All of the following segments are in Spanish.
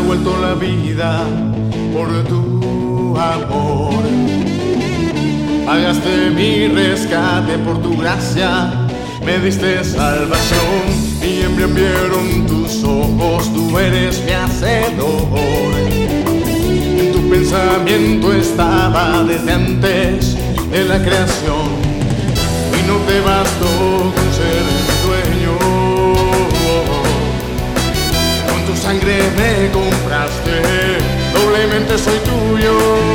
devuelto la vida por tu amor. Pagaste mi rescate por tu gracia, me diste salvación. Mi embrión vieron tus ojos, tú eres mi hacedor. En tu pensamiento estaba desde antes de la creación, y no te bastó con ser mi dueño. Con tu sangre me compraste, doblemente soy tuyo.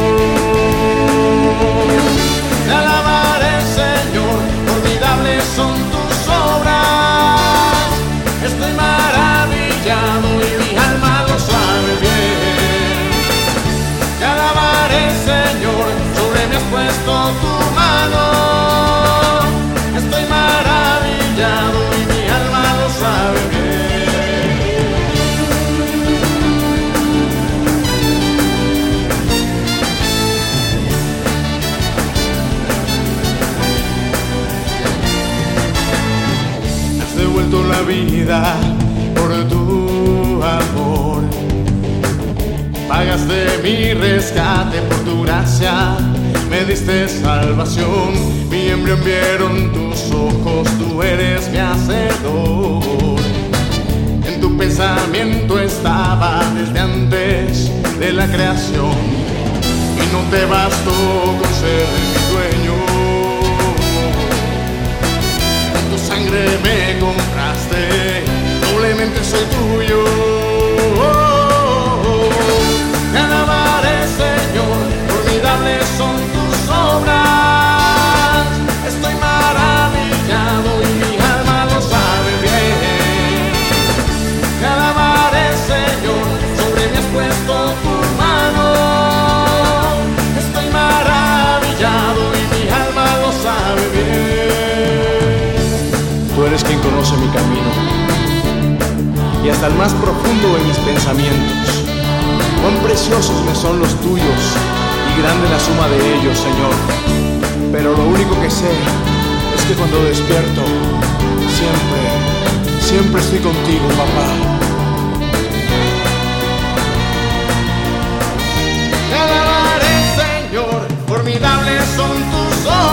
Te alabaré, Señor, formidables son tus obras. Estoy maravillado y mi alma lo sabe bien. Te alabaré, Señor, sobre mí has puesto tu mano. Estoy maravillado y mi alma lo sabe bien. Devuelto la vida por tu amor. Pagaste mi rescate por tu gracia, me diste salvación. Mi embrión vieron tus ojos, tú eres mi hacedor. En tu pensamiento estaba desde antes de la creación, y no te bastó con ser mi dueño. Tu sangre me compraste, doblemente soy tuyo. Te alabaré, Señor, formidables son tus obras. Estoy maravillado y mi alma lo sabe bien. Te alabaré, Señor, sobre mí has puesto tu mano. Estoy maravillado y mi alma lo sabe bien. Tú eres quien conoce mi camino, y hasta el más profundo de mis pensamientos. Cuán preciosos me son los tuyos, y grande la suma de ellos, Señor. Pero lo único que sé es que cuando despierto, siempre estoy contigo, papá. Te alabaré, Señor, formidables son tus obras.